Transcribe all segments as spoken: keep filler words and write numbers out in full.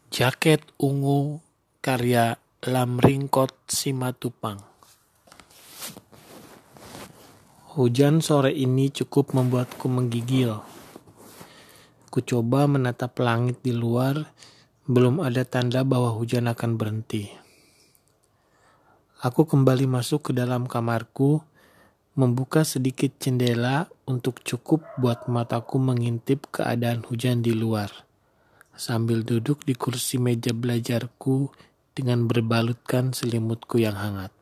Jaket Ungu karya Lamringkot Simatupang. Hujan sore ini cukup membuatku menggigil. Ku coba menatap langit di luar, belum ada tanda bahwa hujan akan berhenti. Aku kembali masuk ke dalam kamarku, membuka sedikit jendela untuk cukup buat mataku mengintip keadaan hujan di luar, sambil duduk di kursi meja belajarku dengan berbalutkan selimutku yang hangat.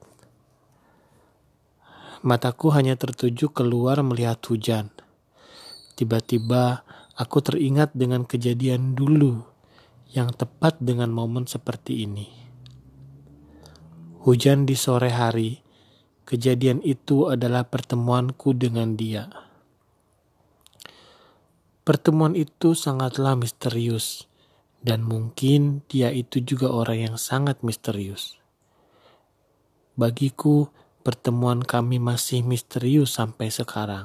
Mataku hanya tertuju keluar melihat hujan. Tiba-tiba aku teringat dengan kejadian dulu yang tepat dengan momen seperti ini. Hujan di sore hari, kejadian itu adalah pertemuanku dengan dia. Pertemuan itu sangatlah misterius, dan mungkin dia itu juga orang yang sangat misterius. Bagiku, pertemuan kami masih misterius sampai sekarang.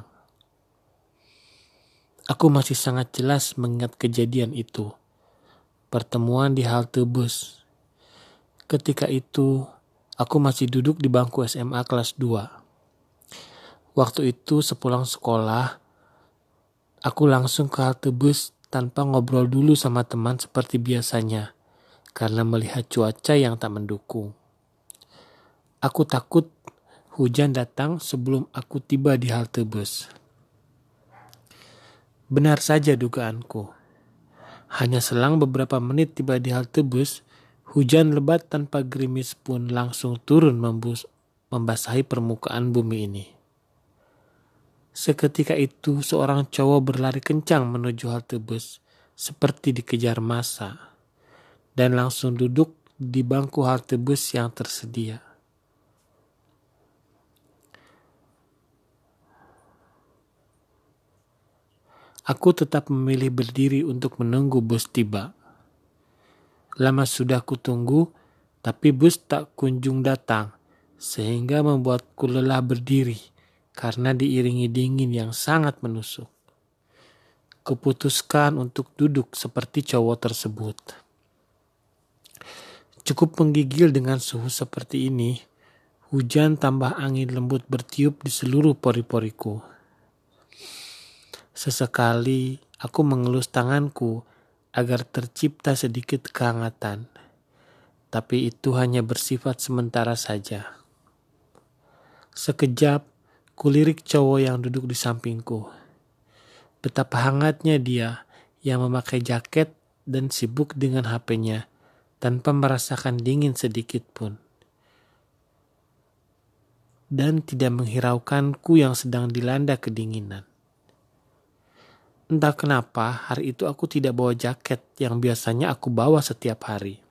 Aku masih sangat jelas mengingat kejadian itu. Pertemuan di halte bus. Ketika itu, aku masih duduk di bangku S M A kelas dua. Waktu itu sepulang sekolah, aku langsung ke halte bus tanpa ngobrol dulu sama teman seperti biasanya, karena melihat cuaca yang tak mendukung. Aku takut hujan datang sebelum aku tiba di halte bus. Benar saja dugaanku. Hanya selang beberapa menit tiba di halte bus, hujan lebat tanpa gerimis pun langsung turun membus, membasahi permukaan bumi ini. Seketika itu seorang cowok berlari kencang menuju halte bus, seperti dikejar massa, dan langsung duduk di bangku halte bus yang tersedia. Aku tetap memilih berdiri untuk menunggu bus tiba. Lama sudah kutunggu, tapi bus tak kunjung datang, sehingga membuatku lelah berdiri karena diiringi dingin yang sangat menusuk. Kuputuskan untuk duduk seperti cowok tersebut. Cukup menggigil dengan suhu seperti ini. Hujan tambah angin lembut bertiup di seluruh pori-poriku. Sesekali aku mengelus tanganku agar tercipta sedikit kehangatan. Tapi itu hanya bersifat sementara saja. Sekejap, kulirik cowok yang duduk di sampingku. Betapa hangatnya dia yang memakai jaket dan sibuk dengan H P-nya tanpa merasakan dingin sedikit pun. Dan tidak menghiraukanku yang sedang dilanda kedinginan. Entah kenapa hari itu aku tidak bawa jaket yang biasanya aku bawa setiap hari.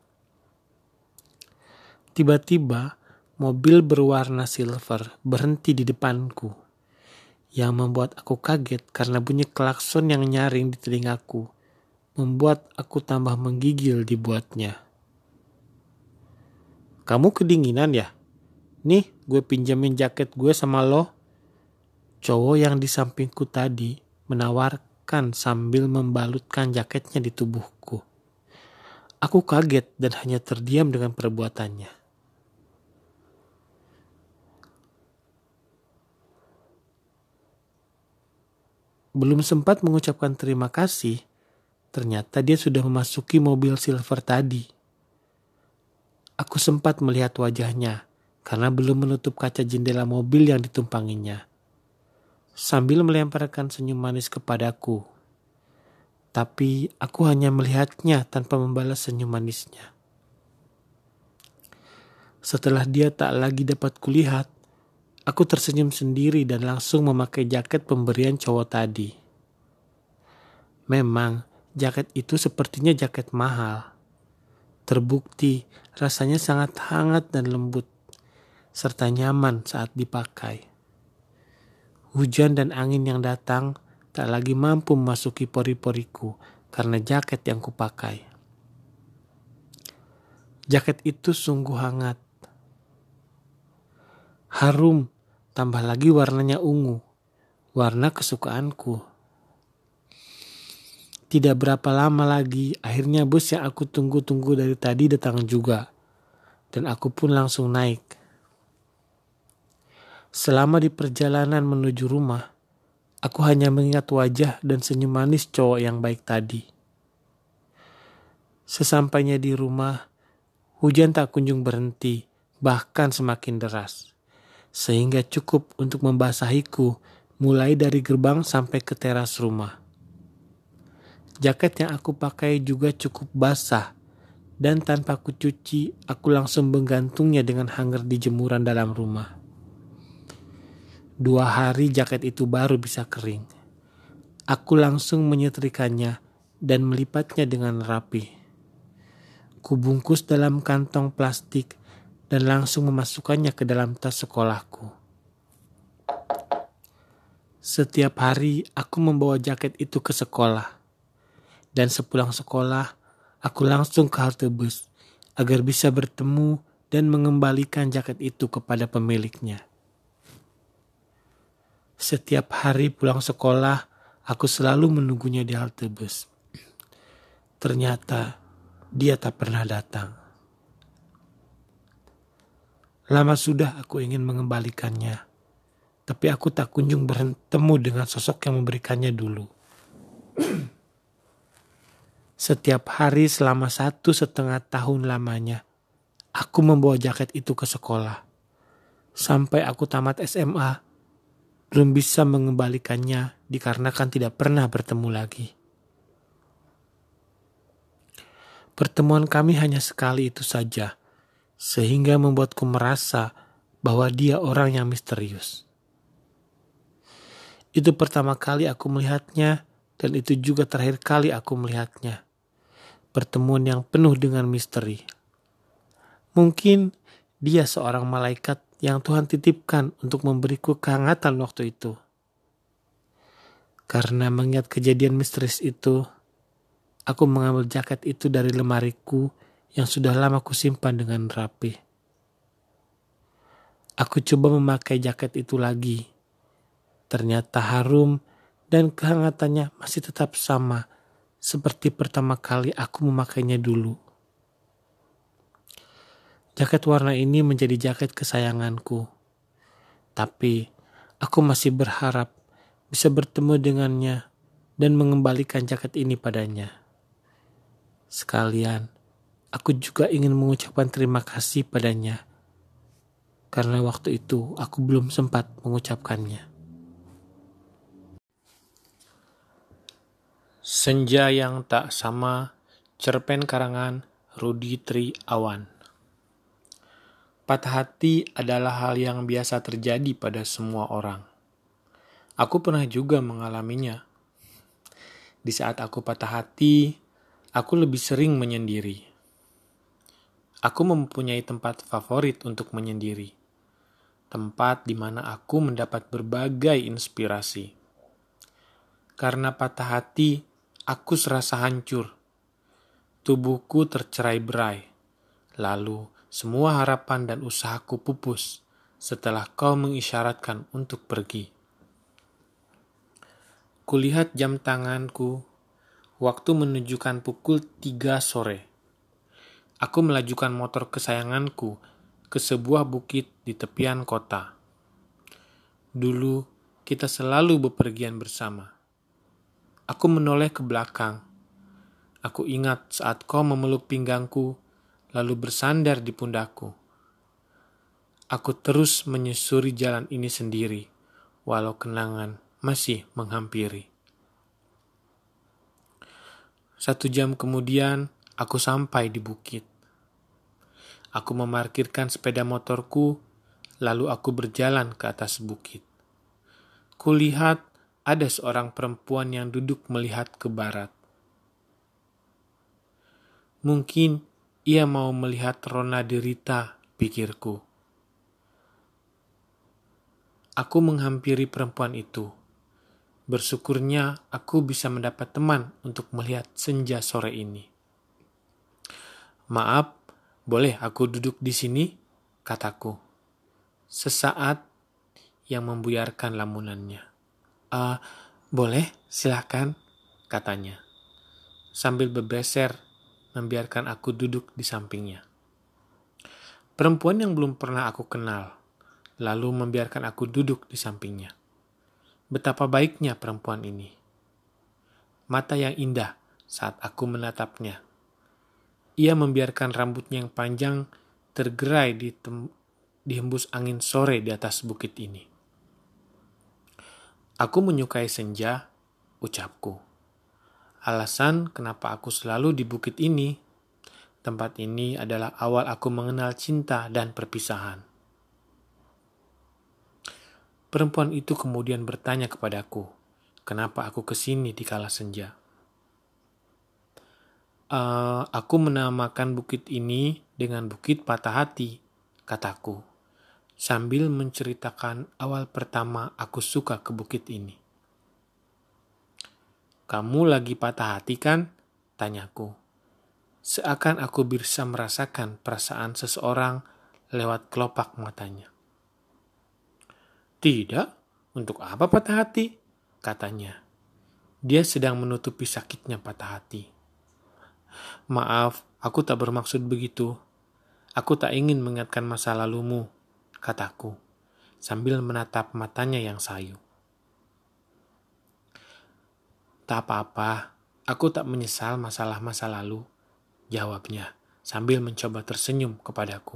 Tiba-tiba mobil berwarna silver berhenti di depanku, yang membuat aku kaget karena bunyi klakson yang nyaring di telingaku membuat aku tambah menggigil dibuatnya. Kamu kedinginan ya? Nih, gue pinjemin jaket gue sama lo. Cowok yang di sampingku tadi menawarkan sambil membalutkan jaketnya di tubuhku. Aku kaget dan hanya terdiam dengan perbuatannya. Belum sempat mengucapkan terima kasih, ternyata dia sudah memasuki mobil silver tadi. Aku sempat melihat wajahnya karena belum menutup kaca jendela mobil yang ditumpanginya, sambil melemparkan senyum manis kepadaku. Tapi aku hanya melihatnya tanpa membalas senyum manisnya. Setelah dia tak lagi dapat kulihat, aku tersenyum sendiri dan langsung memakai jaket pemberian cowok tadi. Memang, jaket itu sepertinya jaket mahal. Terbukti rasanya sangat hangat dan lembut, serta nyaman saat dipakai. Hujan dan angin yang datang tak lagi mampu memasuki pori-poriku karena jaket yang kupakai. Jaket itu sungguh hangat. Harum, tambah lagi warnanya ungu, warna kesukaanku. Tidak berapa lama lagi, akhirnya bus yang aku tunggu-tunggu dari tadi datang juga. Dan aku pun langsung naik. Selama di perjalanan menuju rumah, aku hanya mengingat wajah dan senyum manis cowok yang baik tadi. Sesampainya di rumah, hujan tak kunjung berhenti, bahkan semakin deras. Sehingga cukup untuk membasahiku mulai dari gerbang sampai ke teras rumah. Jaket yang aku pakai juga cukup basah, dan tanpa aku cuci, aku langsung menggantungnya dengan hanger di jemuran dalam rumah. Dua hari jaket itu baru bisa kering. Aku langsung menyetrikanya dan melipatnya dengan rapi. Kubungkus dalam kantong plastik dan langsung memasukkannya ke dalam tas sekolahku. Setiap hari aku membawa jaket itu ke sekolah. Dan sepulang sekolah, aku langsung ke halte bus agar bisa bertemu dan mengembalikan jaket itu kepada pemiliknya. Setiap hari pulang sekolah, aku selalu menunggunya di halte bus. Ternyata dia tak pernah datang. Lama sudah aku ingin mengembalikannya, tapi aku tak kunjung bertemu dengan sosok yang memberikannya dulu. Setiap hari selama satu setengah tahun lamanya, aku membawa jaket itu ke sekolah. Sampai aku tamat S M A, belum bisa mengembalikannya dikarenakan tidak pernah bertemu lagi. Pertemuan kami hanya sekali itu saja, sehingga membuatku merasa bahwa dia orang yang misterius. Itu pertama kali aku melihatnya, dan itu juga terakhir kali aku melihatnya. Pertemuan yang penuh dengan misteri. Mungkin dia seorang malaikat yang Tuhan titipkan untuk memberiku kehangatan waktu itu. Karena mengingat kejadian misterius itu, aku mengambil jaket itu dari lemariku yang sudah lama kusimpan dengan rapi. Aku coba memakai jaket itu lagi. Ternyata harum dan kehangatannya masih tetap sama seperti pertama kali aku memakainya dulu. Jaket warna ini menjadi jaket kesayanganku. Tapi aku masih berharap bisa bertemu dengannya dan mengembalikan jaket ini padanya. Sekalian, aku juga ingin mengucapkan terima kasih padanya. Karena waktu itu aku belum sempat mengucapkannya. Senja yang tak sama, cerpen karangan Rudi Tri Awan. Patah hati adalah hal yang biasa terjadi pada semua orang. Aku pernah juga mengalaminya. Di saat aku patah hati, aku lebih sering menyendiri. Aku mempunyai tempat favorit untuk menyendiri. Tempat di mana aku mendapat berbagai inspirasi. Karena patah hati, aku serasa hancur. Tubuhku tercerai-berai. Lalu, semua harapan dan usahaku pupus setelah kau mengisyaratkan untuk pergi. Kulihat jam tanganku, waktu menunjukkan pukul tiga sore. Aku melajukan motor kesayanganku ke sebuah bukit di tepian kota. Dulu, kita selalu bepergian bersama. Aku menoleh ke belakang. Aku ingat saat kau memeluk pinggangku, lalu bersandar di pundakku. Aku terus menyusuri jalan ini sendiri, walau kenangan masih menghampiri. Satu jam kemudian, aku sampai di bukit. Aku memarkirkan sepeda motorku, lalu aku berjalan ke atas bukit. Kulihat ada seorang perempuan yang duduk melihat ke barat. Mungkin ia mau melihat Rona derita, pikirku. Aku menghampiri perempuan itu. Bersyukurnya aku bisa mendapat teman untuk melihat senja sore ini. Maaf, boleh aku duduk di sini? Kataku. Sesaat yang membuyarkan lamunannya. Uh, boleh, silakan, katanya. sambil berbeser membiarkan aku duduk di sampingnya. Perempuan yang belum pernah aku kenal, lalu membiarkan aku duduk di sampingnya. Betapa baiknya perempuan ini. Mata yang indah saat aku menatapnya. Ia membiarkan rambutnya yang panjang tergerai di tem- dihembus angin sore di atas bukit ini. Aku menyukai senja, ucapku. Alasan kenapa aku selalu di bukit ini, tempat ini adalah awal aku mengenal cinta dan perpisahan. Perempuan itu kemudian bertanya kepadaku, kenapa aku kesini di kala senja. Uh, aku menamakan bukit ini dengan Bukit Patah Hati, kataku, sambil menceritakan awal pertama aku suka ke bukit ini. Kamu lagi patah hati kan? Tanyaku. Seakan aku bisa merasakan perasaan seseorang lewat kelopak matanya. Tidak, untuk apa patah hati? Katanya. Dia sedang menutupi sakitnya patah hati. Maaf, aku tak bermaksud begitu. Aku tak ingin mengingatkan masa lalumu, kataku, sambil menatap matanya yang sayu. Tak apa-apa, aku tak menyesal masalah masa lalu, jawabnya, sambil mencoba tersenyum kepadaku.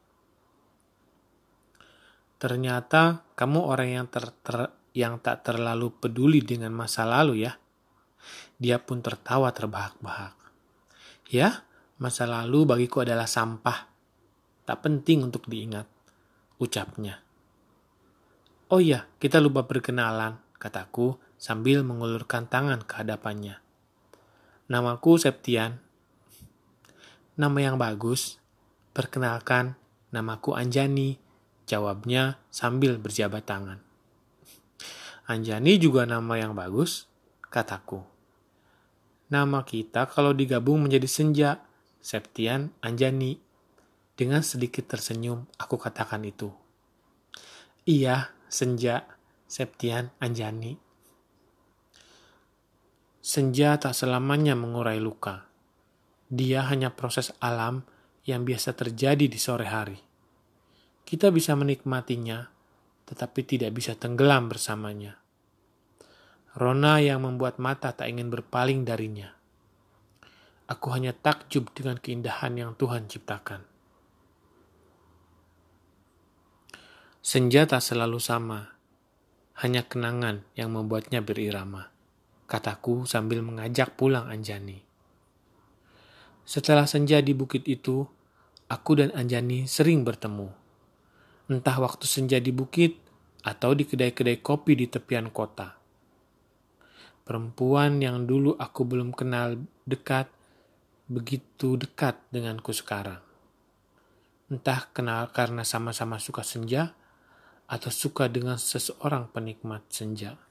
Ternyata kamu orang yang, ter, ter, yang tak terlalu peduli dengan masa lalu ya. Dia pun tertawa terbahak-bahak. Ya, masa lalu bagiku adalah sampah. Tak penting untuk diingat, ucapnya. Oh iya, kita lupa berkenalan, kataku sambil mengulurkan tangan ke hadapannya. Namaku Septian. Nama yang bagus. Perkenalkan, namaku Anjani, jawabnya sambil berjabat tangan. Anjani juga nama yang bagus, kataku. Nama kita kalau digabung menjadi Senja, Septian Anjani. Dengan sedikit tersenyum, aku katakan itu. Iya, Senja, Septian Anjani. Senja tak selamanya mengurai luka. Dia hanya proses alam yang biasa terjadi di sore hari. Kita bisa menikmatinya, tetapi tidak bisa tenggelam bersamanya. Rona yang membuat mata tak ingin berpaling darinya. Aku hanya takjub dengan keindahan yang Tuhan ciptakan. Senja tak selalu sama, hanya kenangan yang membuatnya berirama, kataku sambil mengajak pulang Anjani. Setelah senja di bukit itu, aku dan Anjani sering bertemu. Entah waktu senja di bukit atau di kedai-kedai kopi di tepian kota. Perempuan yang dulu aku belum kenal dekat, begitu dekat denganku sekarang. Entah kenal karena sama-sama suka senja, atau suka dengan seseorang penikmat senja.